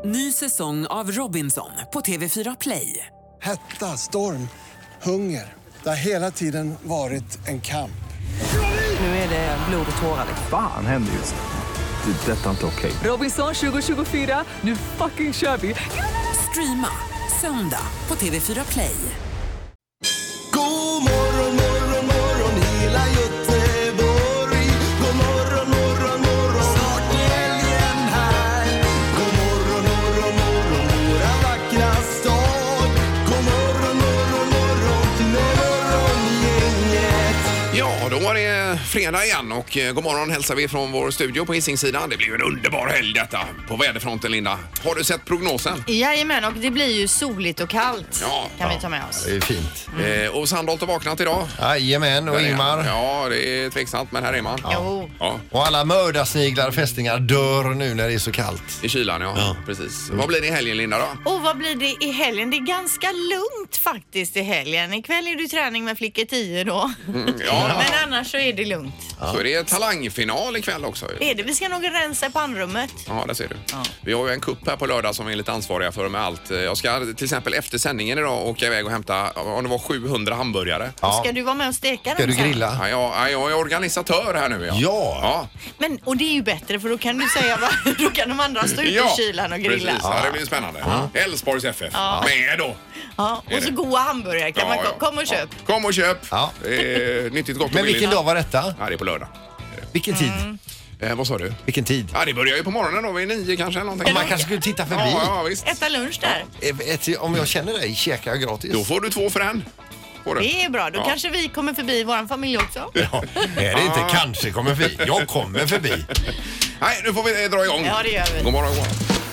Ny säsong av Robinson på TV4 Play. Hetta, storm, hunger. Det har hela tiden varit en kamp. Nu är det blod och tårar. Fan händer just nu. Det. Detta är inte okej. Robinson 2024, nu fucking kör vi. Streama söndag på TV4 Play. God morgon, morgon, morgon, hela Göteborg. God morgon, morgon, morgon, snart är helgen här. God morgon, morgon, morgon, våra vackra stad. God morgon, morgon, morgon, morgongänget. Ja, då var det fredag igen och god morgon hälsar vi från vår studio på Hisingssidan. Det blir ju en underbar helg detta på väderfronten, Linda. Har du sett prognosen? Jajamän, och det blir ju soligt och kallt. Ja. Kan vi ta med oss. Det är fint. Och Sandholt har vaknat idag. Jajamän, och Där är Ingmar. han. Ja, det är tveksamt, men här är man. Jo. Ja, Och alla mördarsniglar och fästingar dör nu när det är så kallt. i kylan, ja. Precis. Vad blir det i helgen, Linda, då? Och vad blir det i helgen? Det är ganska lugnt faktiskt i helgen. Ikväll är det träning med flickor 10 då. Ja, Men annars så är det lugnt. så är det talangfinal ikväll också. Är det? Vi ska nog rensa pannrummet. Ja, det ser du. Vi har ju en kupp här på lördag som vi är lite ansvariga för med allt. Jag ska till exempel efter sändningen idag åka iväg och hämta, om det var 700 hamburgare. Ska du vara med och steka Ska dem du sen? grilla? Ja, jag är organisatör här nu. Ja. Men, och det är ju bättre för då kan du säga då kan de andra stå ute i kylan och grilla. Precis. Ja, det blir spännande. Älvsborgs FF. Med då. Ja, och så goda hamburgare kan man kom och köp. Kom och köp. Ja. Det är nyttigt, gott och Men vilken billigt. dag var detta? Ja, det är på lördag. Vilken tid? Vad sa du? Vilken tid? Ja, det börjar ju på morgonen då, vid 9 kanske eller någonting. Man kanske skulle titta förbi. Ja, visst. Äta lunch där. Om jag känner dig, käkar jag gratis. Då får du 2 för en. Får du? Det är bra. Då Ja. kanske vi kommer förbi våran familj också. Ja, är det inte kanske kommer förbi? Jag kommer förbi. Nej, nu får vi dra igång. Ja, det gör vi. God morgon, god morgon.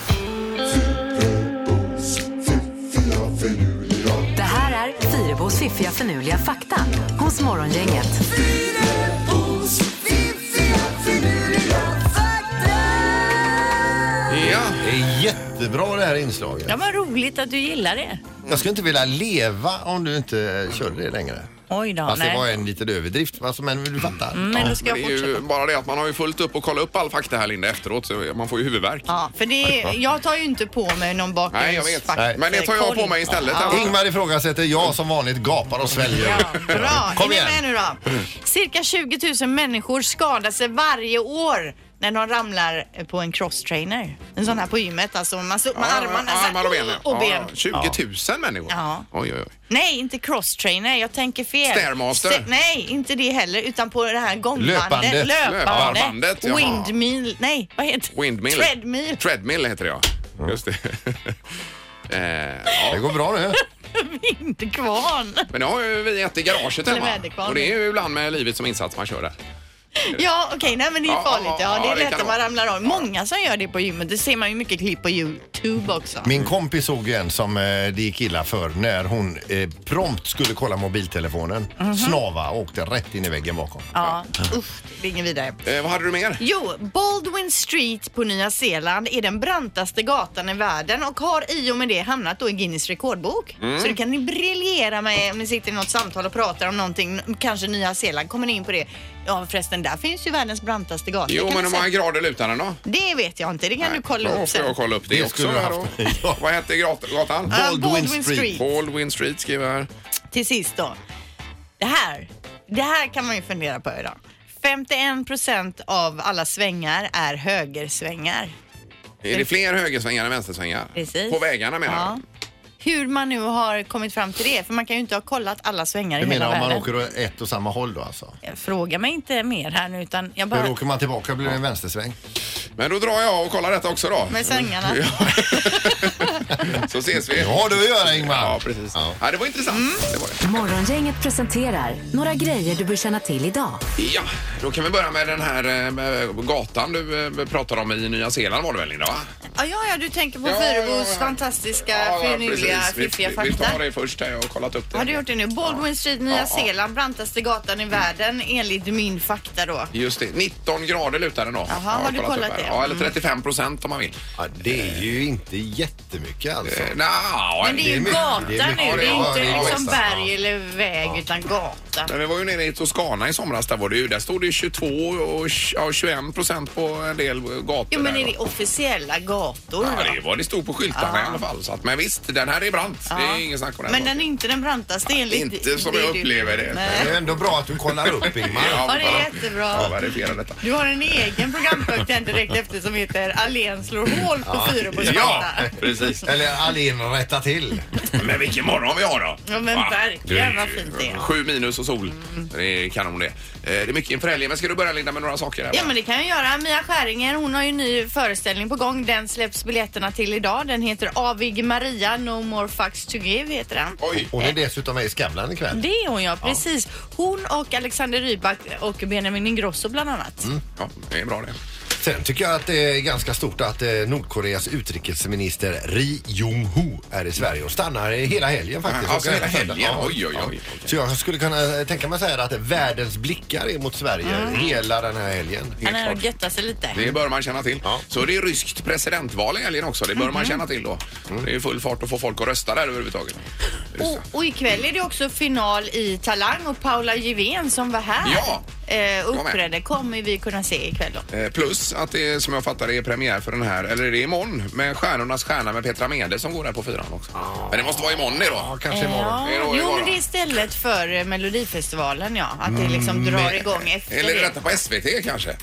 Det här är Fyrebos fiffiga förnuliga fakta hos Morgongänget. Fyrebos fiffiga finurliga fakta. Ja. Det är jättebra det här inslaget. Ja, vad roligt att du gillar det. Jag skulle inte vilja leva om du inte körde det längre. Oj då, Alltså, det nej. var en liten överdrift, alltså, men du fattar. Men då ska Det jag är ju fortsätta. bara det att man har ju fullt upp och kollat upp all fakta här, Linda, efteråt, så man får ju huvudvärk. Ja, för jag tar ju inte på mig någon Nej, jag vet. bakgrundsfakta. Men det tar jag på mig istället. Ja. Ingmar ifrågasätter, jag som vanligt gapar och sväljer. Ja, bra. Kom Är igen. ni med nu då? Cirka 20 000 människor skadar sig varje år när de ramlar på en crosstrainer. En sån här på gymmet, alltså med armarna armar och ben. och ben. Ja, 20 000 människor. Ja. Oj. Nej, inte crosstrainer, jag tänker fel. Stairmaster. Nej, inte det heller, utan på det här gångbandet. Löpbandet, jaha. Windmill. Nej, vad heter det? Windmill. Treadmill. Treadmill heter det, ja. Just det. Det går bra nu. Vindkvarn. Men det har ju vi ett i garaget Eller hemma. väderkvarn. Och det är ju ibland med livet som insats man kör där. Ja, okej, nej men det är Ja, farligt. Ja, det är det lätt kan att det man vara. ramlar av. Många som gör det på gymmet. Det ser man ju mycket klipp på YouTube också. Min kompis såg ju en som det gick illa för när hon prompt skulle kolla mobiltelefonen. Snava och åkte rätt in i väggen bakom. Ja, usch, det är ingen vidare. Vad hade du mer? Jo, Baldwin Street på Nya Zeeland är den brantaste gatan i världen och har i och med det hamnat då i Guinness rekordbok. Så du kan ni briljera med om ni sitter i något samtal och pratar om någonting, kanske Nya Zeeland, kommer ni in på det. Ja, förresten, där finns ju världens brantaste gata. Jo, kan men du hur många säga. grader lutar den då? Det vet jag inte, det kan du kolla Då upp får sen. jag kolla upp det Det också. skulle du Här haft. då. Ja. Vad hette gatan? Baldwin Street. Baldwin Street skriver jag här. Till sist då. Det här kan man ju fundera på idag. 51% av alla svängar är högersvängar. Är det fler högersvängar än vänstersvängar? Precis. På vägarna menar Ja. Hur man nu har kommit fram till det, för man kan ju inte ha kollat alla svängar Du i hela menar om man världen. åker åt ett och samma håll då alltså? Fråga mig inte mer här nu, utan jag Hur bara... åker man tillbaka blir det en vänstersväng? Men då drar jag och kollar detta också då. Med svängarna. Så ses vi. Ja, du gör Ingmar. Ja, precis. Ja, det var intressant. Det var det. Morgongänget presenterar några grejer du bör känna till idag. Ja, då kan vi börja med den här gatan du pratade om i Nya Zeeland var det väl, Linda, va? Ja, du tänker på Ja, Fyrebos ja. fantastiska, finurliga, precis. fiffiga Vi fakta. tar det först här, jag har kollat upp det. Har du gjort det nu? Baldwin Street, Nya Zeeland, brantaste gatan i världen enligt min fakta då. Just det, 19 grader lutar den då. Jaha, Jag har du kollat upp här. det? Ja, eller 35% om man vill. Ja, det är ju inte jättemycket alltså. Men det är ju mycket, gata det är nu, mycket. det är Ja, inte det är liksom nästan. berg eller väg utan gata. Men vi var ju nere i Toscana i somras, där stod det ju 22 och 21% på en del gator. Jo, men där är då. det officiella gator? brandflottor. Ja, det var det stod på skyltarna i alla fall. Så att, men visst, den här är brant. Det är ingen snack om det. Men den är inte den brantaste enligt... Inte som jag upplever det. Nej. Det är ändå bra att du kollar upp, Ingmar. Ja, det är jättebra. Ja, verifiera detta. Du har en egen programpunkt direkt efter som heter Allén slår hål på Fyrebo. Ja, precis. Eller Allén rätta till. Men vilken morgon vi har då. Ja, men verkligen vad fint det är. 7 minus och sol. Det är kanon det. Det är mycket inför helgen. Men ska du börja, Linda, med några saker här? Ja, men det kan jag göra. Mia Skäringer, hon har ju en ny föreställning på gång. Den släpps biljetterna till idag. Den heter Avig Maria, No More Fucks to Give heter den. Oj. Hon är dessutom med i Skavlan ikväll. Det är hon, ja, precis. Hon och Alexander Rybak och Benjamin Ingrosso bland annat. Ja, det är bra det. Sen tycker jag att det är ganska stort att Nordkoreas utrikesminister Ri Jong-ho är i Sverige och stannar hela helgen faktiskt. Alltså hela helgen? Ja. Oj. Så jag skulle kunna tänka mig säga att världens blickar är mot Sverige hela den här helgen. Han är att götta sig lite. Det bör man känna till. Ja. Så det är ryskt presidentval i helgen också. Det bör man känna till då. Det är full fart att få folk att rösta där överhuvudtaget. Och ikväll är det också final i Talang och Paula Jivén som var här. Ja. Uppträdde kommer vi kunna se ikväll då. Plus att det som jag fattar är premiär för den här, eller är det imorgon, med Stjärnornas stjärna med Petra Mede som går där på 4 också. Men det måste vara imorgon det då. Ja, kanske imorgon. Jo, men det är istället för Melodifestivalen, ja. Att det liksom drar igång efter Eller är det. detta på SVT kanske?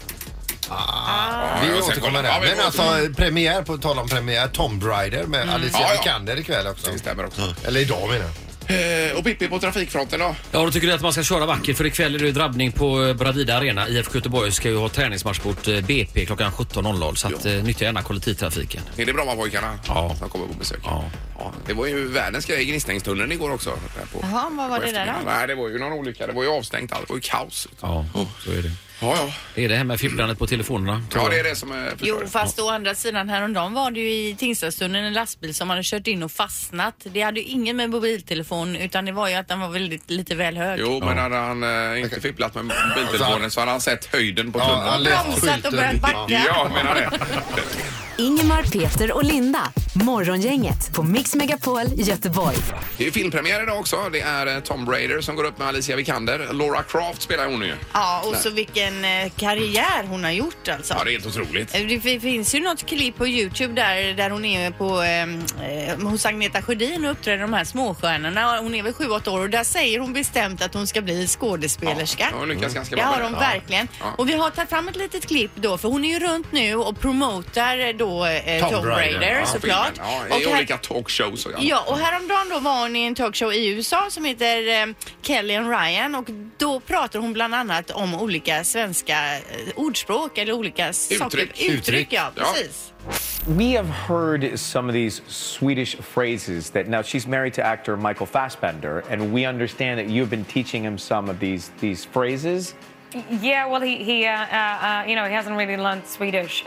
Vi återkommer där. Men alltså premiär, på tal om premiär, Tomb Raider med Alicia Vikander ikväll också. Det stämmer också. Eller idag menar jag. Och Pippi på trafikfronten då? Ja, då tycker jag att man ska köra vackert för ikväll är det drabbning på Bravida Arena. IFK Göteborg ska ju ha träningsmatch mot BP klockan 17.00 så att nyttja gärna kollektivtrafiken. Är det bra med pojkarna? Ja. Som kommer på besök? Ja. Det var ju världens grej i Gnistningstunneln igår också. Jaha, vad var det där då? Nej, det var ju någon olycka. Det var ju avstängt allt. Det var ju kaos. Ja, så är det. Ja. Det är det här med fipplandet på telefonerna. Ja, det är det som är Jo, fast å andra sidan häromdagen var det ju i Tingstadstunneln en lastbil som hade kört in och fastnat. Det hade ju ingen med mobiltelefon utan det var ju att den var lite väl hög. Jo, men hade han inte fipplat med mobiltelefonen så hade han sett höjden på tunneln. Han bromsat och börjat backa. Ja, jag menar det. Ingemar, Peter och Linda. Morgongänget på Mix Megapol Göteborg. Det är filmpremiär idag också. Det är Tomb Raider som går upp med Alicia Vikander. Laura Croft spelar hon ju. Ja, och så vilken karriär hon har gjort alltså. Ja, det är helt otroligt. Det finns ju något klipp på YouTube där hon är på hos Agneta Sjödin och uppträder de här småstjärnorna. Hon är väl 7-8 år och där säger hon bestämt att hon ska bli skådespelerska. Ja, hon lyckas ganska bra. Det har hon verkligen. Ja. Och vi har tagit fram ett litet klipp då, för hon är ju runt nu och promotar då Tomb Raider såklart. Ja, i olika talkshows. Ja, och häromdagen då var hon i en talkshow i USA som heter Kelly and Ryan och då pratar hon bland annat om olika svenska ordspråk eller olika uttryck. Ja, precis. We have heard some of these Swedish phrases that now she's married to actor Michael Fassbender and we understand that you've been teaching him some of these phrases. Yeah, well, he he hasn't really learned Swedish.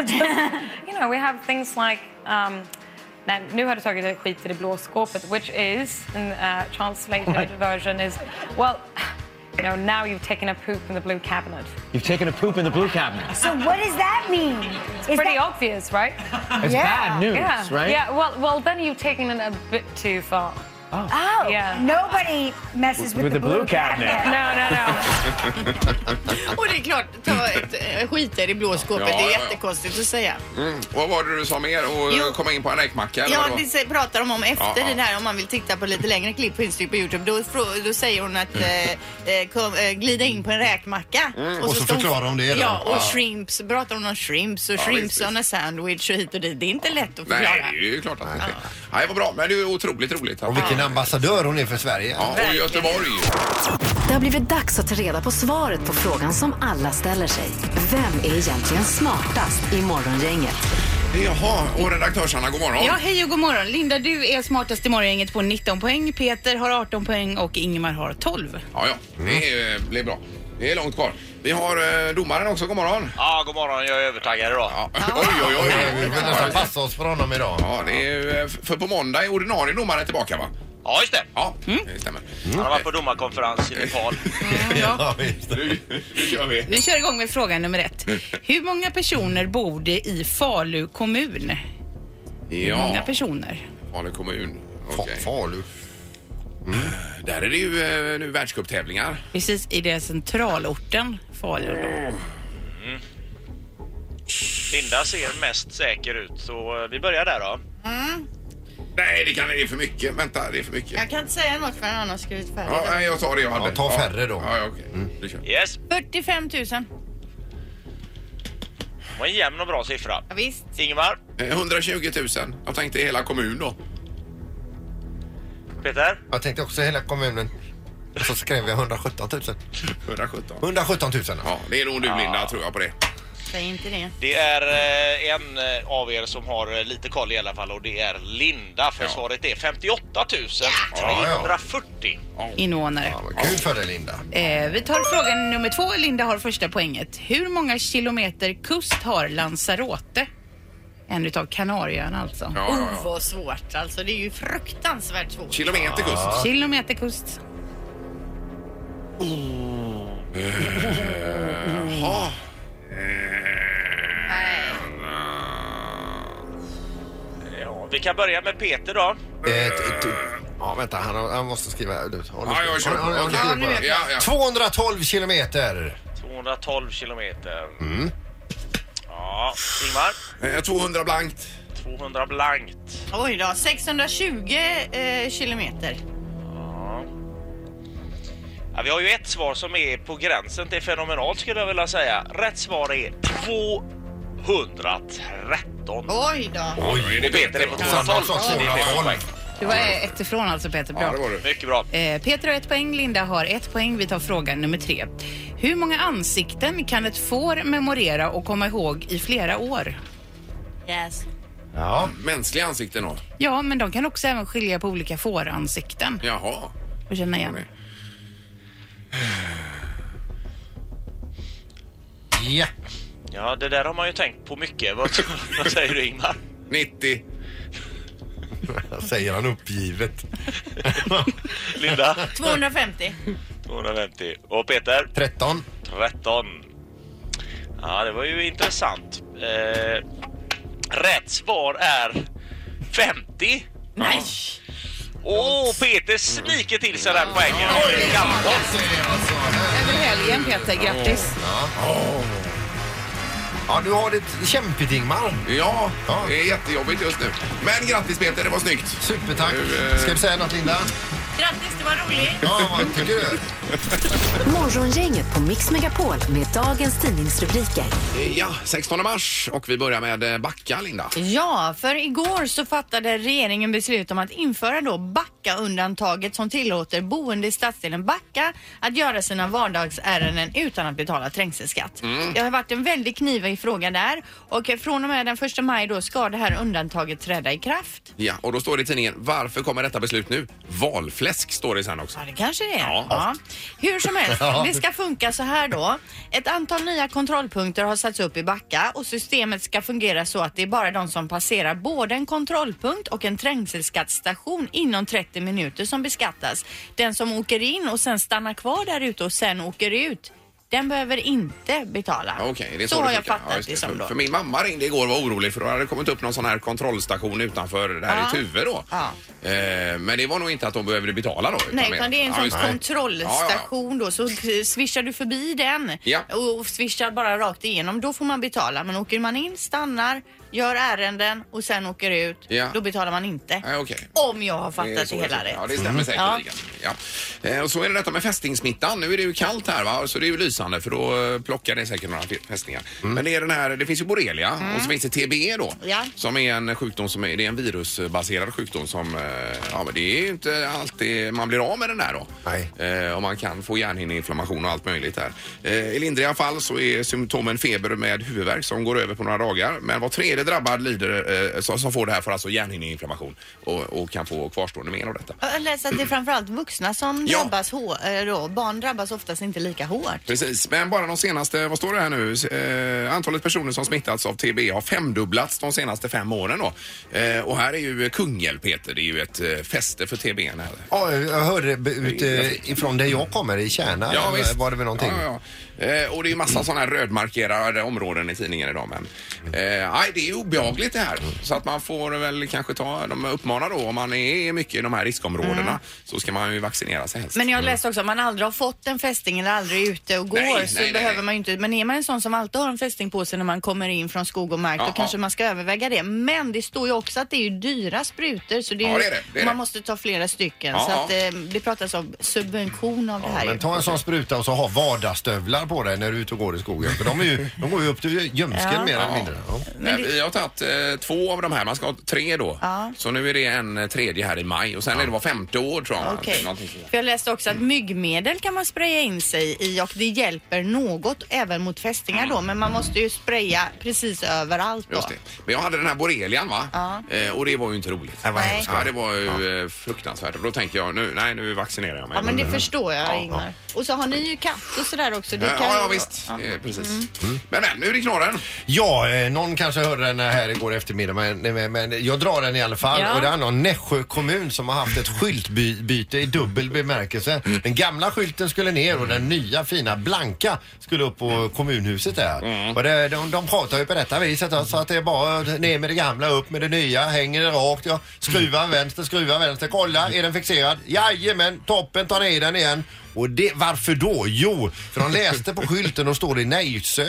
We have things like, nu har du tagit skit i det blå skåpet, which is, in translated version is, well, now you've taken a poop in the blue cabinet. You've taken a poop in the blue cabinet. So what does that mean? It's pretty obvious, right? It's bad news, right? Yeah, well, then you've taken it a bit too far. Oh, yeah. Nobody messes with the blue cabinet. No. Och det är klart, ta ett skiter i blå skåpet, det är jättekonstigt att säga. Vad var det du sa mer? Och komma in på en räkmacka? Ja, det pratar de om efter det där. Om man vill titta på lite längre klipp på Instagram på YouTube, då säger hon att glida in på en räkmacka. Och så förklarar hon det. Ja, och shrimps, pratar hon om shrimps och shrimps on a sandwich och hit och dit. Det är inte lätt att förklara. Nej, det är ju klart att det är. Nej, vad bra. Men det är otroligt roligt. Och vilken ambassadör hon är för Sverige. Ja, och Göteborg. Det har blivit dags att ta reda på svaret på frågan som alla ställer sig. Vem är egentligen smartast i Morgongänget? Jaha, och redaktörsarna, god morgon. Ja, hej och god morgon. Linda, du är smartast i Morgongänget på 19 poäng. Peter har 18 poäng och Ingemar har 12. Ja, det blir bra. Det är långt kvar. Vi har domaren också, god morgon. Ja, god morgon. Jag är övertaggad idag. Ja. Oj. Vi vill nästan passa oss för honom idag. Ja, det är för på måndag är ordinarie domare tillbaka, va? Ja, just det. Ja, det stämmer. Han har varit på domarkonferens i Nepal. Ja, visst. Nu kör vi. Vi kör igång med fråga nummer 1. Hur många personer bor det i Falu kommun? Hur många personer? Falu kommun. Okay. Falu. Där är det ju nu världscuptävlingar. Precis i det centralorten Falu. Linda ser mest säker ut, så vi börjar där då. Nej, det är för mycket. Vänta, det är för mycket. Jag kan inte säga något för en annan skrivit färdigt. Ja, nej, jag tar det jag hade. Ja, ta färre då. Ja, okej. Yes. 45 000. Det var en jämn och bra siffra. Ja, visst. Ingemar? 120 000. Jag tänkte hela kommun då. Peter? Jag tänkte också hela kommunen. Och så skrev jag 117 000. 117 000. Ja, det är nog du Linda, tror jag på det. Säg inte det. Det är en av er som har lite koll i alla fall, och det är Linda. För svaret är 58 340 invånare. Ja, vad kul för dig Linda. Vi tar frågan nummer 2. Linda har första poänget. Hur många kilometer kust har Lanzarote? En utav Kanarieöarna alltså. Vad svårt. Alltså det är ju fruktansvärt svårt. Kilometer kust. Kilometer kust. Jaha. Ja, vi kan börja med Peter då. Ja, vänta, han måste skriva. Ja, jag kör. Ja. 212 kilometer. 212 kilometer. Ja, Ingmar? 200 blankt. 200 blankt. Oj då, 620 kilometer. Ja, vi har ju ett svar som är på gränsen till fenomenalt, skulle jag vilja säga. Rätt svar är 213. Oj då. Oj, det Peter är på 212. Du var ett ifrån alltså, Peter. Bra. Ja, det var du. Mycket bra. Peter har 1 poäng, Linda har 1 poäng. Vi tar frågan nummer 3. Hur många ansikten kan ett får memorera och komma ihåg i flera år? Yes. Ja. Mänskliga ansikten då? Ja, men de kan också även skilja på olika fåransikten. Jaha. Och känna igen. Ja. Ja, det där har man ju tänkt på mycket. Vad säger du, Ingmar? 90. Säger han uppgivet. Linda? 250. 250. Och Peter? 13. 13. Ja, det var ju intressant. Rätt svar är 50. Nej. Peter sniker till sig den poängen. Över helgen, Peter. Grattis. Ja, du har det kämpigt, Ingmar. Ja, det är jättejobbigt just nu. Men grattis Peter, det var snyggt. Supertack. Ska du säga något, Linda? Grattis, det var roligt. Ja, vad tycker du? Morgongänget på Mix Megapol med dagens tidningsrubriker. Ja, 16 mars och vi börjar med Backa, Linda. Ja, för igår så fattade regeringen beslut om att införa då Backa-undantaget som tillåter boende i stadsdelen Backa att göra sina vardagsärenden utan att betala trängselskatt. Det har varit en väldigt knivig fråga där, och från och med den 1 maj då ska det här undantaget träda i kraft. Ja, och då står det i tidningen, varför kommer detta beslut nu? Valfläsk står det sen också. Ja, det kanske det är. Ja. Hur som helst, det ska funka så här då. Ett antal nya kontrollpunkter har satts upp i Backa och systemet ska fungera så att det är bara de som passerar både en kontrollpunkt och en trängselskattstation inom 30 minuter som beskattas. Den som åker in och sen stannar kvar där ute och sen åker ut, den behöver inte betala. Okej, det är så har jag funkar. fattat det som då. För min mamma ringde igår och var orolig för då hade det kommit upp någon sån här kontrollstation utanför där i Tuve då. Ja. Men det var nog inte att de behövde betala då. Nej, utan det är en sån just det. kontrollstation då, så swishar du förbi den och swishar bara rakt igenom, då får man betala. Men åker man in, stannar, gör ärenden och sen åker ut, då betalar man inte. Okay. Om jag har fattat det hela rätt. Ja, det stämmer säkert. Ja. Och så är det detta med fästingsmittan. Nu är det ju kallt här, va? Så det är ju lysande, för då plockar det säkert några fästingar. Men det är den här, det finns ju borrelia och så finns det TB då. Ja. Som är en sjukdom det är en virusbaserad sjukdom som, men det är ju inte alltid man blir av med den där då. Nej. Och man kan få hjärnhinneinflammation och allt möjligt här. I lindriga fall så är symptomen feber med huvudvärk som går över på några dagar. Men var tredje drabbad lider som får det här för alltså hjärnhinneinflammation och kan få kvarstående men av detta. Jag läser att det är framförallt vuxna som drabbas då. Barn drabbas oftast inte lika hårt. Precis, men bara de senaste, vad står det här nu? Antalet personer som smittats av TB har 5-dubblats de senaste 5 åren då. Och här är ju Kungälv, Peter, det är ju ett fäste för TB här. Ja, jag hörde ifrån där jag kommer i Kärna. Ja, visst. Var det väl någonting? Ja. Och det är ju massa sådana här rödmarkerade områden i tidningen idag. Men det är är obehagligt det här. Så att man får väl kanske de uppmanar då, om man är mycket i de här riskområdena så ska man ju vaccinera sig helst. Men jag läste också, om man aldrig har fått en fästing eller aldrig är ute och går så behöver man ju inte. Men är man en sån som alltid har en fästing på sig när man kommer in från skog och mark, då kanske man ska överväga det. Men det står ju också att det är ju dyra sprutor, så det är det. Man måste ta flera stycken. Så att det pratas om subvention av det här. Men ta en sån spruta och så ha vardagsstövlar på dig när du är ute och går i skogen. För de går ju upp till gömsken mer eller mindre. Men vi har tagit 2 av de här, man ska ha 3 då. Så nu är det en tredje här i maj och sen är det var 5:e år tror jag. Okej. För jag läste också att myggmedel kan man spraya in sig i och det hjälper något även mot fästingar då, men man måste ju spraya precis överallt då. Just det. Men jag hade den här borrelian och det var ju inte roligt. Nej. Ja, det var ju fruktansvärt. Och då tänkte jag, nu vaccinerar jag mig. Ja, men det förstår jag, Ingmar. Och så har ni ju katt och sådär också. Det kan ja, visst. Precis. Men nu är det knorren. Ja, någon kanske hörde den här igår eftermiddag, men jag drar den i alla fall. Och det är någon Nässjö kommun som har haft ett skyltbyte i dubbel bemärkelse. Den gamla skylten skulle ner och den nya fina blanka skulle upp på kommunhuset där. Och de pratar ju på detta viset så att det är bara ner med det gamla, upp med det nya, hänger det rakt, skruva vänster, kolla, är den fixerad? Jajamän, toppen, ta ner den igen. Och varför då? Jo, för de läste på skylten och står det Nejsö.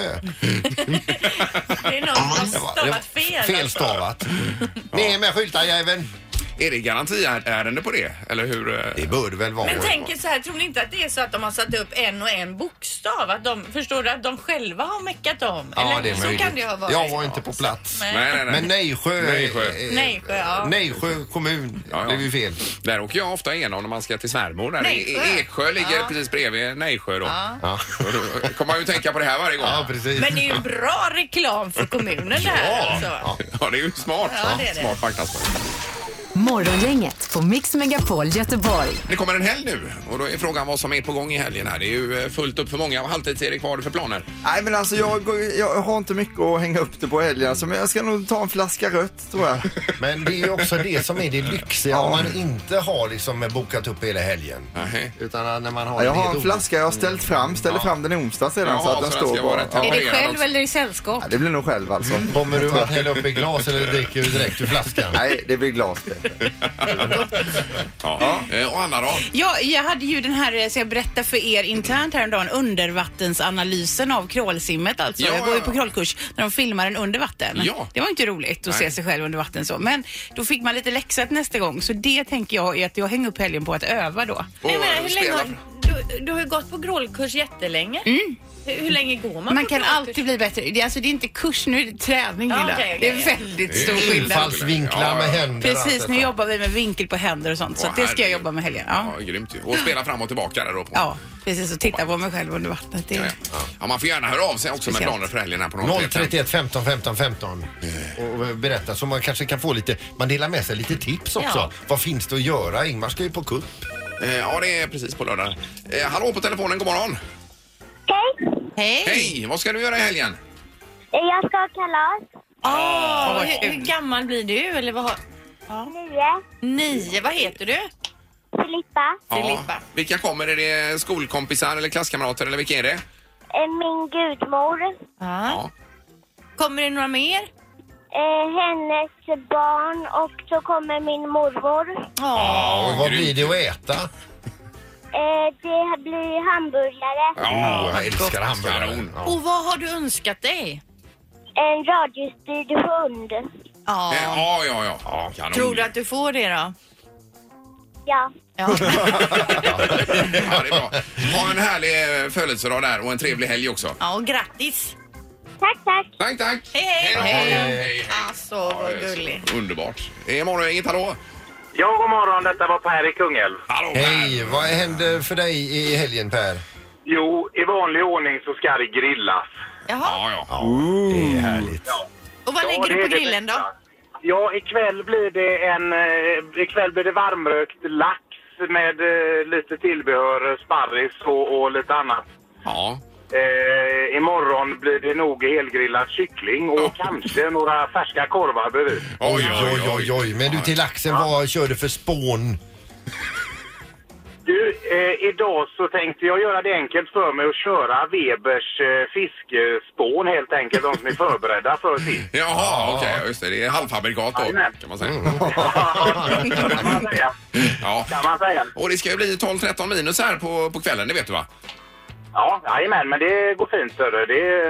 Det är någon som har stavat fel. Felstavat. Ner med skyltarjäveln. Är det garantiärende på det? Eller hur? Det bör det väl vara. Men tänk så här, tror ni inte att det är så att de har satt upp en och en bokstav? Att de, förstår du, att de själva har meckat om? Ja, eller det är så möjligt. kan det ha varit. Jag var inte på plats. Nej. Men Nejsjö, Nejsjö kommun, det är ju fel. Där åker jag ofta igenom när man ska till svärmor. Där Eksjö ligger precis bredvid Nejsjö då. Ja. Då kommer man ju tänka på det här varje gång. Ja, precis. Men det är ju bra reklam för kommunen där. Alltså. Ja, det är ju smart. Det är det. Smart marknadsföring. Morgongänget på Mix Megapol Göteborg. Det kommer en helg nu och då är frågan vad som är på gång i helgen här. Det är ju fullt upp för många. Halvtids-Erik, vad har du för planer? Nej, men alltså jag har inte mycket att hänga upp det på helgen. Alltså, men jag ska nog ta en flaska rött, tror jag. Men det är ju också det som är det lyxiga om man inte har liksom bokat upp hela helgen. Utan när man har jag har en flaska jag har ställer fram den i onsdag sedan så att den står bara. Är det själv eller i sällskap? Ja, det blir nog själv alltså. Kommer du att hälla upp i glas eller dricker du direkt ur flaskan? Nej, det blir glas det. Och Anna då? Ja, jag hade ju den här, så jag berättade för er internt häromdagen, undervattensanalysen av crawlsimmet alltså. Jag går ju på crawlkurs när de filmar den under vatten. Ja. Det var inte roligt att se sig själv under vatten så. Men då fick man lite läxat nästa gång. Så det tänker jag är att jag hänger upp helgen på att öva då. Nej, men hur länge du har ju gått på crawlkurs jättelänge. Hur länge går man? Man kan alltid bli bättre. Det är inte kurs, nu är det träning. Okay. Det är väldigt stor skillnad. Infallsvinklar med händer. Precis, nu jobbar vi med vinkel på händer och sånt. Så att det ska jag jobba med helgen. Ja, grymt. Och spela fram och tillbaka där då. Ja, precis. Och titta på mig själv under vattnet. Ja, man får gärna höra av sig också med planer för helgen här på 031 15 15 15 och berätta så man kanske kan få lite, man delar med sig lite tips också. Ja. Vad finns det att göra? Ingmar ska ju på kupp. Ja, det är precis på lördag. Hallå på telefonen, god morgon. Hej. Hej, vad ska du göra i helgen? Jag ska ha kalas. Hur gammal blir du? Eller vad har... 9. Vad heter du? Filippa. Vilka kommer? Är det skolkompisar eller klasskamrater eller vilka är det? Min gudmor. Ja. Kommer det några mer? Hennes barn och så kommer min mormor. Och vad blir det att äta? Det blir hamburgare. Ja, jag älskar hamburgare. Och vad har du önskat dig? En radiostyrd hund. Ja. Kanon. Tror du att du får det då? Ja. Ja, det är bra. Ha en härlig födelsedag där och en trevlig helg också. Ja, och grattis. Tack. Hej. Alltså, vad gullig. Underbart. Morgon, inget hallå? Ja, god morgon. Detta var Per i Kungälv. Hallå, hej, vad händer för dig i helgen, Per? Jo, i vanlig ordning så ska det grillas. Jaha. Ja. Det är härligt. Ja. Och vad lägger du på grillen då? Ja, ikväll blir det varmrökt lax med lite tillbehör, sparris och lite annat. Ja. Imorgon blir det nog helgrillad kyckling och kanske några färska korvar bredvid. Oj. Men du, till laxen, vad kör du för spån? Du, idag så tänkte jag göra det enkelt för mig att köra Webers fiskespån helt enkelt, de som är förberedda för fisk. Jaha, okej, just det. Det är halvfabrikat då, kan man säga. Kan man säga. Ja. Kan man säga. Och det ska ju bli 12-13 minus här på kvällen, det vet du va? Ja, jajamän, men det går fint för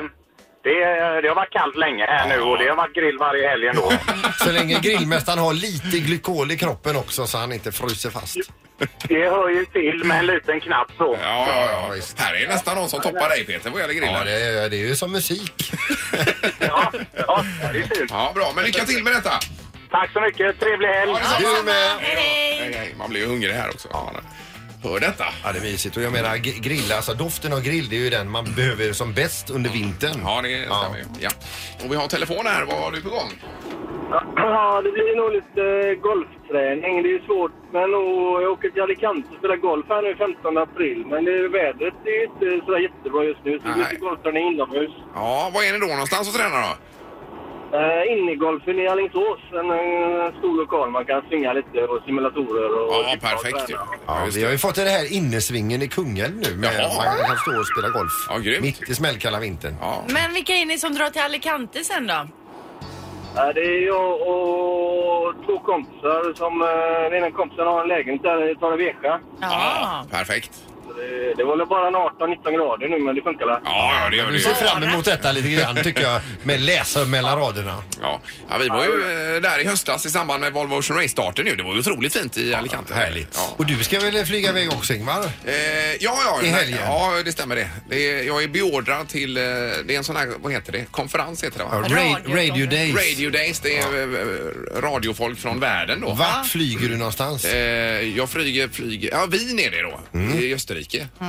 det har varit kallt länge här nu och det har varit grill varje helg ändå. Så länge grillmästaren har lite glykol i kroppen också så han inte fryser fast. Det hör ju till med en liten knapp så. Ja, visst. Här är nästan någon som toppar dig, Peter, vad gäller grillen. Ja, det är ju som musik. Ja, det är fint. Ja, bra. Men lycka till med detta. Tack så mycket. Trevlig helg. Du med. Hej. Man blir ju hungrig här också. Ja. Hör detta. Ja, det är mysigt. Och jag menar, grilla, alltså doften av grill, det är ju den man behöver som bäst under vintern. Ja, det stämmer ju. Ja. Och vi har telefon här. Vad har du på gång? Ja, det blir nog lite golfträning. Det är svårt, men jag åker till Alicante och spelar golf här nu 15 april. Men vädret är inte så jättebra just nu, så det blir golfträning inomhus. Ja, var är ni då någonstans och tränar då? Innegolfen i Alingsås, en stor lokal. Man kan svinga lite och simulatorer. Och ja, perfekt. Ja, vi har ju fått det här innesvingen i Kungälv nu. Man kan stå och spela golf. Ja, grymt. Mitt i smällkalla vintern. Ja. Men vilka är ni som drar till Alicante sen då? Det är jag och två kompisar som... Den ena kompisen har en lägenhet där i Torrevieja. Ja, perfekt. Det var bara 18-19 grader nu, men det funkar väl? Ja, det gör det. Vi ser fram emot detta lite grann, tycker jag, med läsa mellan raderna. Ja, vi var ju där i höstas i samband med Volvo Ocean Race-starten nu. Det var ju otroligt fint i Alicante. Härligt. Ja. Och du ska väl flyga iväg också, Ingmar? Ja. I helgen? Ja, det stämmer det. Jag är beordrad till, det är en sån här, vad heter det? Konferens heter det va? Radio Days. Radio Days, det är radiofolk från världen då. Vart flyger du någonstans? Jag flyger, ja Wien är det då, i Österrike.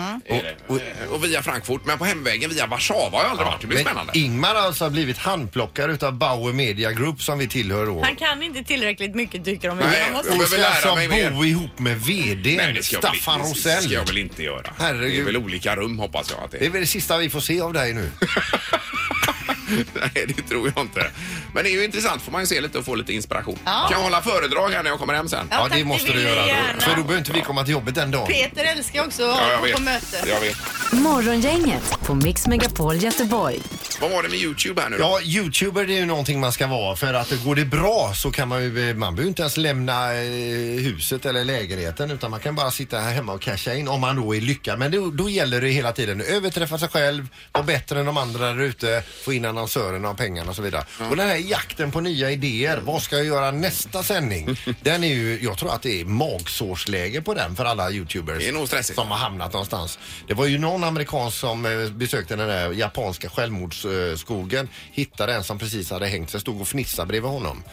Och via Frankfurt, men på hemvägen via Warszawa har jag aldrig varit. Det blir spännande. Ingmar alltså har blivit handplockare utav Bauer Media Group som vi tillhör då. Han kan inte tillräckligt mycket, tycker de. Jag ska alltså bo ihop med VD Staffan Rosell. Det ska jag väl inte göra. Herregud. Det är väl olika rum, hoppas jag att det är. Det är väl det sista vi får se av dig nu. Nej, det tror jag inte. Men det är ju intressant, får man ju se lite och få lite inspiration. Ja. Kan jag hålla föredrag här när jag kommer hem sen? Ja, det måste du göra då. För då behöver inte vi komma till jobbet den dagen. Peter älskar också att på möte. Jag vet. Morgongänget på Mix Megapol Göteborg. Vad var det med YouTube här nu då? Ja, YouTuber det är ju någonting man ska vara. För att går det bra så kan man behöver inte ens lämna huset eller lägenheten, utan man kan bara sitta här hemma och casha in om man då är lyckad. Men då gäller det hela tiden överträffa sig själv, vara bättre än de andra där ute, få in annonsörerna och pengarna och så vidare. Och den här jakten på nya idéer, vad ska jag göra nästa sändning? Den är ju, jag tror att det är magsårsläge på den för alla YouTubers. Det är nog stressigt. Som har hamnat någonstans. Det var ju någon amerikan som besökte den där japanska självmordsskogen, hittade en som precis hade hängt sig, stod och fnissade bredvid honom.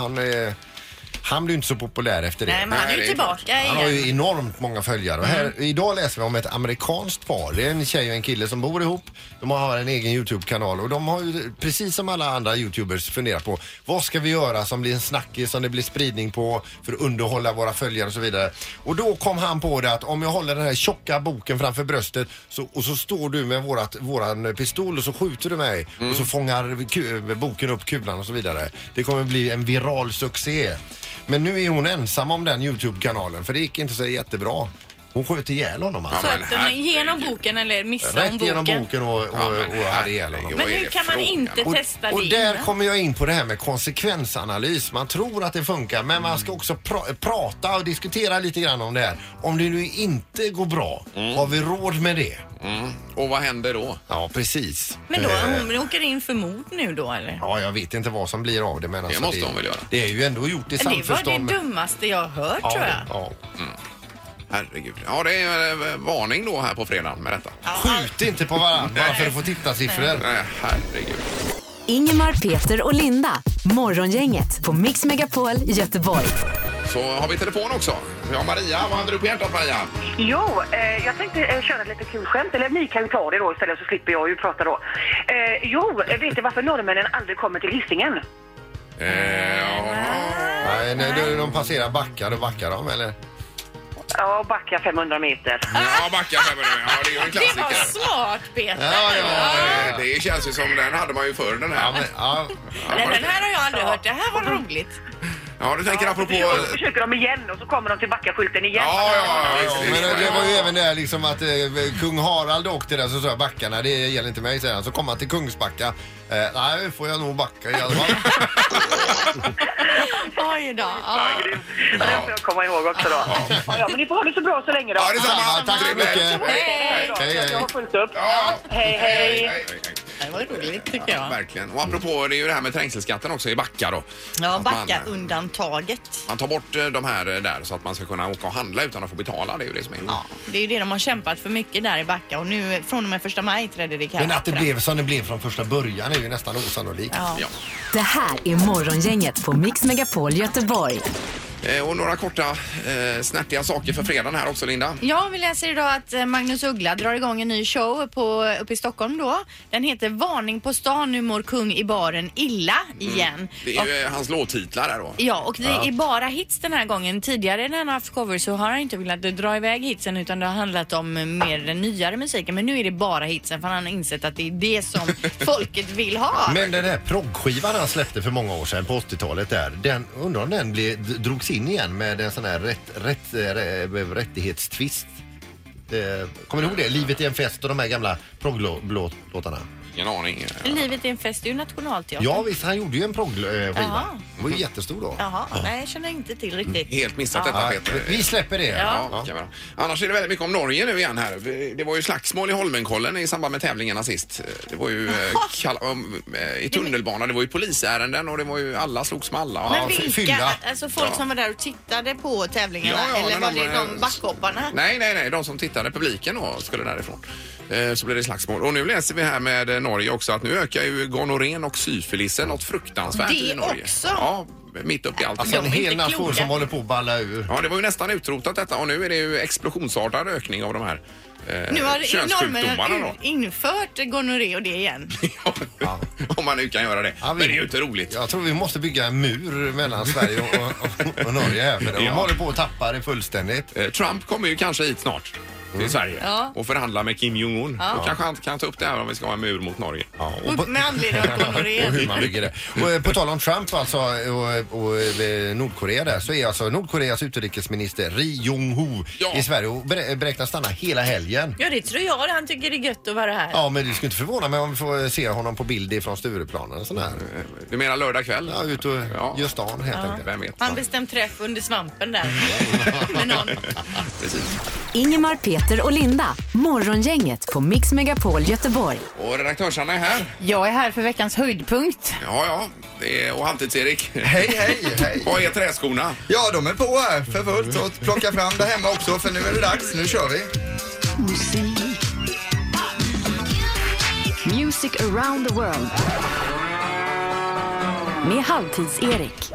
Han blev inte så populär efter det. Nej, men han är ju tillbaka igen. Han har ju enormt många följare. Och här, idag läser vi om ett amerikanskt par. Det är en tjej och en kille som bor ihop. De har en egen YouTube-kanal. Och de har ju, precis som alla andra YouTubers, funderat på vad ska vi göra som blir en snackis, som det blir spridning på för att underhålla våra följare och så vidare. Och då kom han på det att om jag håller den här tjocka boken framför bröstet och så står du med våran pistol och så skjuter du mig och så fångar boken upp kulan och så vidare. Det kommer bli en viral succé. Men nu är hon ensam om den YouTube-kanalen, för det gick inte så jättebra. Hon sköt ihjäl honom alltså. Sköt genom boken eller missade rätt hon boken? Rätt genom boken och hade ihjäl honom. Men hur kan man inte testa det? Och där kommer jag in på det här med konsekvensanalys. Man tror att det funkar, men man ska också prata och diskutera lite grann om det här. Om det nu inte går bra, har vi råd med det? Och vad händer då? Ja, precis. Men då hon åker in för mord nu då, eller? Ja, jag vet inte vad som blir av det. Men alltså, det måste hon väl göra. Det är ju ändå gjort i samförstånd. Det var det dummaste jag har hört, tror jag. Ja. Herregud. Ja, det är varning då här på fredagen med detta. Skjut inte på varandra bara för att få tittarsiffror. Nej, herregud. Ingemar, Peter och Linda. Morgongänget på Mix Megapol Göteborg. Så har vi telefon också. Ja, Maria, vad hade du på hjärtat, Maria? Jo, jag tänkte köra lite kul skämt. Eller ni kan ju ta det då istället, så slipper jag ju prata då. Vet du varför norrmännen aldrig kommer till Hisingen? Nej, när de passerar backar, då backar de, eller? Ja, backa 500 meter. Ja, backa 500 meter. Ja, det är ju en klassiker. Det var smart, Peter. Ja, det känns ju som den hade man ju förr, den här. Den här har jag aldrig hört. Det här var roligt. Ja, Ja, du tänker apropå... Så försöker de igen och så kommer de till Backaskylten igen. Men det var ju även det liksom att kung Harald åkte där, så sa jag Backarna, det gäller inte mig, säger han. Så kom han till Kungsbacka. Nej, får jag nog backa i alla fall. Oj då. Det får jag komma ihåg också då. Ja, men ni får ha det så bra så länge då. Ja, detsamma. Tack så mycket. Hej. Jag har fullt upp. Hej. Det var roligt tycker jag. Verkligen. Och apropå, det är ju det här med trängselskatten också i Backa då. Ja, Backa-undantaget. Man tar bort de här där så att man ska kunna åka och handla utan att få betala. Det är ju det som är. Ja, det är ju det de har kämpat för mycket där i Backa och nu från och med 1 maj trädde det i kraft. Men att det blev som det blev från första början är ju nästan osannolikt. Ja. Det här är Morgongänget på Mix Megapol Göteborg. Och några korta snärtiga saker för fredagen här också, Linda. Ja, vi läser idag att Magnus Uggla drar igång en ny show uppe i Stockholm då. Den heter Varning på stan, nu mår kung i baren illa igen. Det är ju hans låttitlar där då. Ja, och det är bara hits den här gången. Tidigare när han har haft cover så har han inte velat dra iväg hitsen utan det har handlat om mer den nyare musiken. Men nu är det bara hitsen för han har insett att det är det som folket vill ha. Men den här proggskivan han släppte för många år sedan på 80-talet där, undrar om den drogs in igen med en sån här rättighetstvist. Kommer du ihåg det? Livet är en fest och de här gamla progglåtarna. Ingen aning. Livet är en fest, det är ju Nationalteatern. Ja visst, han gjorde ju en proggskiva. Det var ju jättestor då. Jaha, nej jag känner inte till riktigt. Helt missat detta, Peter. Vi släpper det. Ja. Annars är det väldigt mycket om Norge nu igen här. Det var ju slagsmål i Holmenkollen i samband med tävlingarna sist. Det var ju i tunnelbanan, det var ju polisärenden och det var ju alla slogs med alla. Men vilka? Alltså folk som var där och tittade på tävlingarna eller var det de backhopparna? Nej, de som tittade, publiken då, skulle därifrån. Så blir det slagsmål. Och nu läser vi här med Norge också att nu ökar ju gonorrén och syfilisen något fruktansvärt i Norge. Det också? Ja, mitt upp i allt. Alltså en hel nation som håller på att balla ur. Ja, det var ju nästan utrotat detta och nu är det ju explosionsartad ökning av de här nu har norrmännen infört gonorré och det igen. Om man nu kan göra det. Men det är ju inte roligt. Jag tror vi måste bygga en mur mellan Sverige och Norge här. För de håller på att tappa det fullständigt. Trump kommer ju kanske hit snart till Sverige och förhandla med Kim Jong-Un. Då kanske han kan ta upp det här om vi ska ha en mur mot Norge. Med anledning av gonorré. Och hur man bygger det. Och på tal om Trump alltså och Nordkorea där, så är alltså Nordkoreas utrikesminister Ri Jong-ho i Sverige och beräknas stanna hela helgen. Ja, det tror jag. Han tycker det är gött att vara här. Ja, men det skulle inte förvåna mig om vi får se honom på bild från Stureplanen och sån här. Du menar lördag kväll? Ja, ut och gör stan helt enkelt. Vem vet? Han bestämt träff under svampen där. Med någon. Precis. Ingemar, Peter och Linda. Morgongänget på Mix Megapol Göteborg. Och redaktörsarna är här. Jag är här för veckans höjdpunkt. Ja. Det är, och Halvtids-Erik. Hej. Vad är träskorna? Ja, de är på här för fullt. Så plocka fram det hemma också, för nu är det dags. Nu kör vi. Music around the world. Med Halvtids-Erik.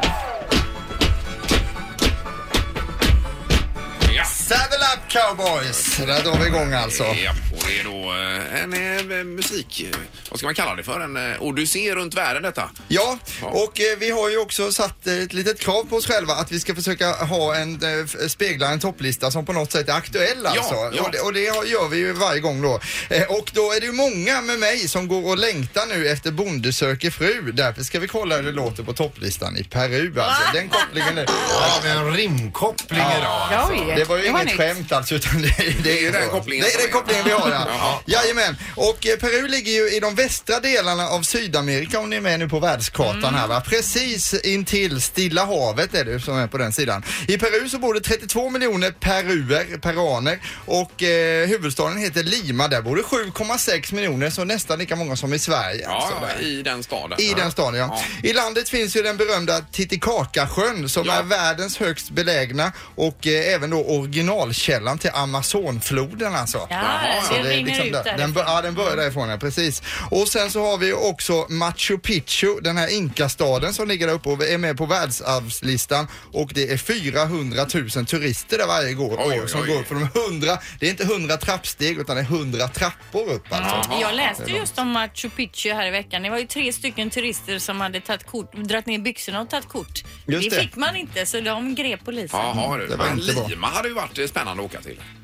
Saddle up cowboys! Där drar vi igång alltså. Ja, och det är då en musik, vad ska man kalla det för? En odyssé runt världen detta. Ja, och vi har ju också satt ett litet krav på oss själva att vi ska försöka ha spegla en topplista som på något sätt är aktuell alltså. Ja. Och det gör vi ju varje gång då. Och då är det ju många med mig som går och längtar nu efter Bonde söker fru. Därför ska vi kolla hur det låter på topplistan i Peru alltså. Den kopplingen är... Ja, med en rimkoppling idag. Alltså. Det var ju inget skämt alltså, utan det är den kopplingen. Det är den kopplingen vi har, ja. Jajamän. Och Peru ligger ju i de västra delarna av Sydamerika, om ni är med nu på världskartan här va. Precis intill Stilla havet är det som är på den sidan. I Peru så bor det 32 miljoner peruaner och huvudstaden heter Lima. Där bor det 7,6 miljoner, så nästan lika många som i Sverige. Ja, i den staden. I den staden, ja. I landet finns ju den berömda Titicacasjön som är världens högst belägna och även då originalkällan till Amazonfloden alltså. Så det rinner liksom ut den börjar därifrån, precis. Och sen så har vi också Machu Picchu, den här inkastaden som ligger där uppe och är med på världsarvslistan, och det är 400 000 turister där varje år som går upp för de 100, det är inte 100 trappsteg utan det är 100 trappor upp alltså. Jag läste just om Machu Picchu här i veckan. Det var ju 3 stycken turister som hade dragit ner byxorna och tagit kort. Det fick man inte, så de grep polisen. Jaha, men Lima hade ju varit spännande att åka till.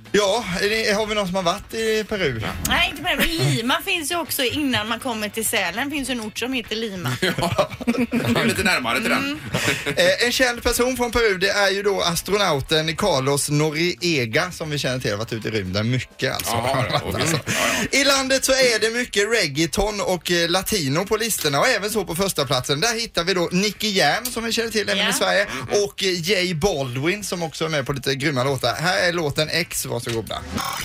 Ja, har vi någon som har varit i Peru? Nej, inte Peru. Men Lima finns ju också innan man kommer till Sälen. Finns en ort som heter Lima. Ja, det är lite närmare till den. En känd person från Peru, det är ju då astronauten Carlos Noriega som vi känner till har varit ute i rymden mycket alltså. I landet så är det mycket reggaeton och latino på listorna och även så på första platsen. Där hittar vi då Nicky Jam som vi känner till även i Sverige och J Baldwin som också är med på lite grymma låtar. Här är låten X, varsågoda.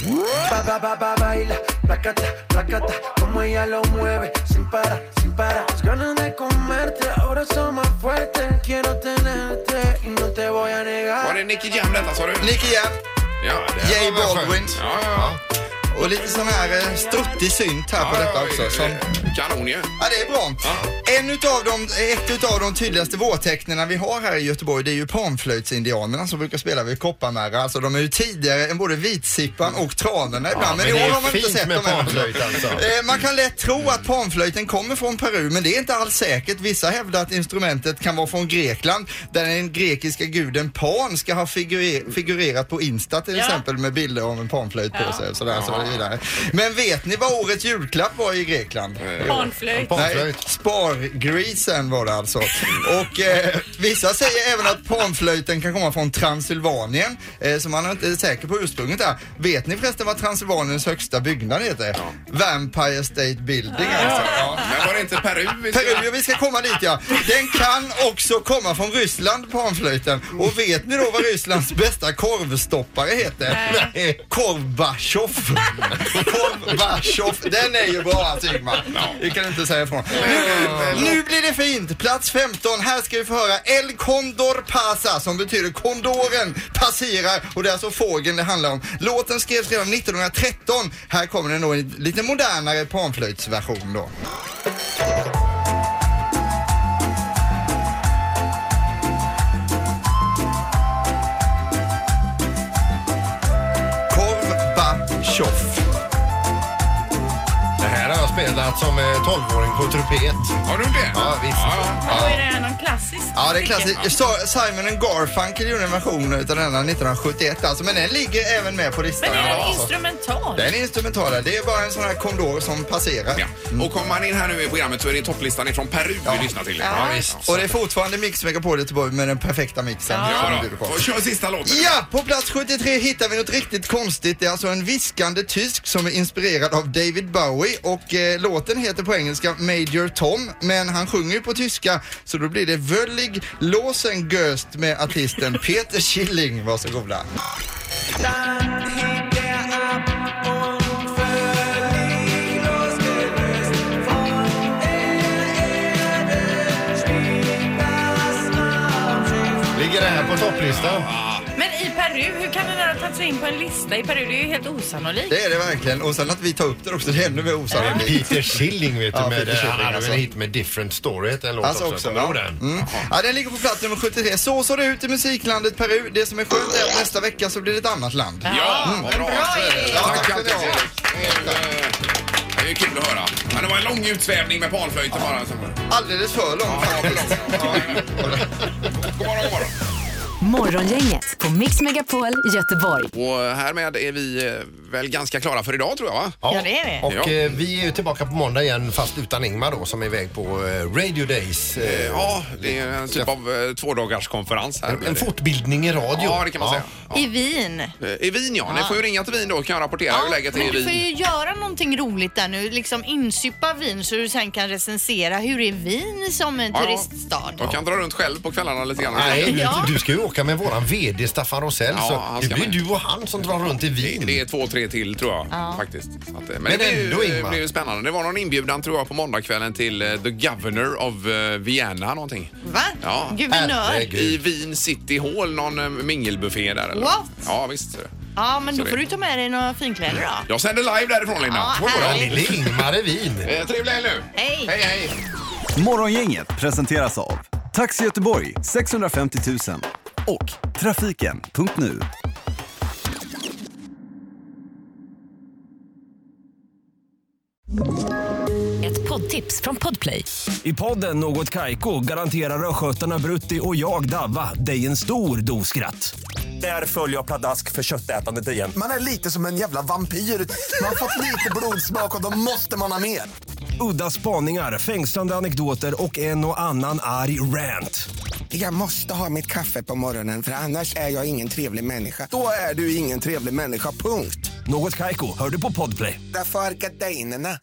Var det Nicky Jam detta, sa du? Nicky Jam. Ja, J Baldwin. Ja. Och lite sån här struttig synt här på detta också. Som... Kanon ju. Ja, det är bra. Ett av de tydligaste vårtecknena vi har här i Göteborg, det är ju panflöjtsindianerna som brukar spela vid Kopparmärra. Alltså de är ju tidigare än både vitsippan och tranorna ibland. Men i år har man inte sett dem alltså. Man kan lätt tro att panflöjten kommer från Peru, men det är inte alls säkert. Vissa hävdar att instrumentet kan vara från Grekland, där den grekiska guden Pan ska ha figurerat på Insta till exempel med bilder av en panflöjt på sig. Sådär, så vidare. Men vet ni vad årets julklapp var i Grekland? Panflöjt. Nej, spargrisen var det alltså. Och vissa säger även att panflöjten kan komma från Transylvanien, så man är inte säker på ursprunget där. Vet ni förresten vad Transylvaniens högsta byggnad heter? Vampire State Building alltså. Ja. Men var det inte Peru? Vi ska komma dit, ja. Den kan också komma från Ryssland, panflöjten. Och vet ni då vad Rysslands bästa korvstoppare heter? Korvbachov. Korvbachov. Den är ju bra, Sigmar. Det kan inte säga ifrån. Nu blir det fint. Plats 15. Här ska vi få höra El Condor Pasa, som betyder kondoren passerar. Och det är alltså fågeln det handlar om. Låten skrevs redan 1913. Här kommer den då i lite modernare panflöjtsversion då. Korvbachov. Det här har jag spelat som 12-åring på trumpet. Har du det? Ja, visst. Och är det någon klassisk? Ja, det är klassiskt. Simon & Garfunkel gjorde en version av denna 1971 alltså, men den ligger även med på listan. Men är den instrumental? Den är instrumental. Det är bara en sån här kondor som passerar. Ja. Och kommer man in här nu i programmet så är det topplistan ifrån Peru vi lyssnar till. Ja, visst. Och det är fortfarande Mix Megapol Göteborg med den perfekta mixen. Och kör sista låten. Ja, på plats 73 hittar vi något riktigt konstigt. Det är alltså en viskande tysk som är inspirerad av David Bowie och låten heter på engelska Major Tom, men han sjunger ju på tyska, så då blir det Völlig Losengöst med artisten Peter Schilling. Varsågoda. Ligger det här på topplistan? Men i Peru, hur kan den här ta sig in på en lista i Peru? Det är ju helt osannolikt. Det är det verkligen. Och sen att vi tar upp det också, det är ännu mer osannolikt. Peter Schilling vet du, Ja, med Peter Schilling, han hade alltså. väl hit med Different Story, en låt Alltså också. ja. Den. Ja, den ligger på plats nummer 73. Så såg det ut i musiklandet Peru. Det som är skönt är att nästa vecka så blir det ett annat land. Ja, vad bra. Tack ska ni ha. Det är ju kul att höra. Men det var en lång utsvävning med panflöjten bara. Alldeles för lång faktiskt. God morgon. Morgongänget på Mix Megapol Göteborg. Och härmed är vi väl ganska klara för idag tror jag, va? Ja, det är vi. Och vi är ju tillbaka på måndag igen, fast utan Ingmar då, som är iväg på Radio Days. Ja, det är en typ av 2-dagarskonferens här. En fortbildning i radio. Ja, det kan man säga. Ja. I Wien. I Wien, ja. Ni får ju ringa till Wien då och kan rapportera hur läget är i men du får Wien. ju göra någonting roligt där nu. Liksom insuppa Wien så du sen kan recensera hur är Wien som en turiststad. Jag kan dra runt själv på kvällarna lite grann. Nej, du ska ju åka med våran VD Staffan Rosell, så det blir du och han som drar runt i Wien. Det är 2-3 till tror jag faktiskt. Så att, men det ändå, blir ju spännande. Det var någon inbjudan tror jag på måndagskvällen till the governor of Vienna någonting. Va? Ja. Guvernör? I Wien City Hall, någon mingelbuffé där. Eller? What? Ja, visst. Ja, men Så då får du ta med dig några finkläder då. Jag sänder live därifrån, Linda. Ja, lille Ingmar i Wien. Trevlig helg nu. Hej. Hej, hej. Morgongänget presenteras av Taxi Göteborg 650 000 och Trafiken.nu. Ett poddtips från Podplay. I podden Något Kaiko garanterar röskötarna Brutti och jag Davva dig en stor dos skratt. Där följer jag pladask för köttätandet igen. Man är lite som en jävla vampyr. Man har fått lite blodsmak och då måste man ha mer. Udda spaningar, fängslande anekdoter och en och annan arg rant. Jag måste ha mitt kaffe på morgonen för annars är jag ingen trevlig människa. Då är du ingen trevlig människa, punkt. Något Kaiko, hör du på Podplay. Därför är gardinerna.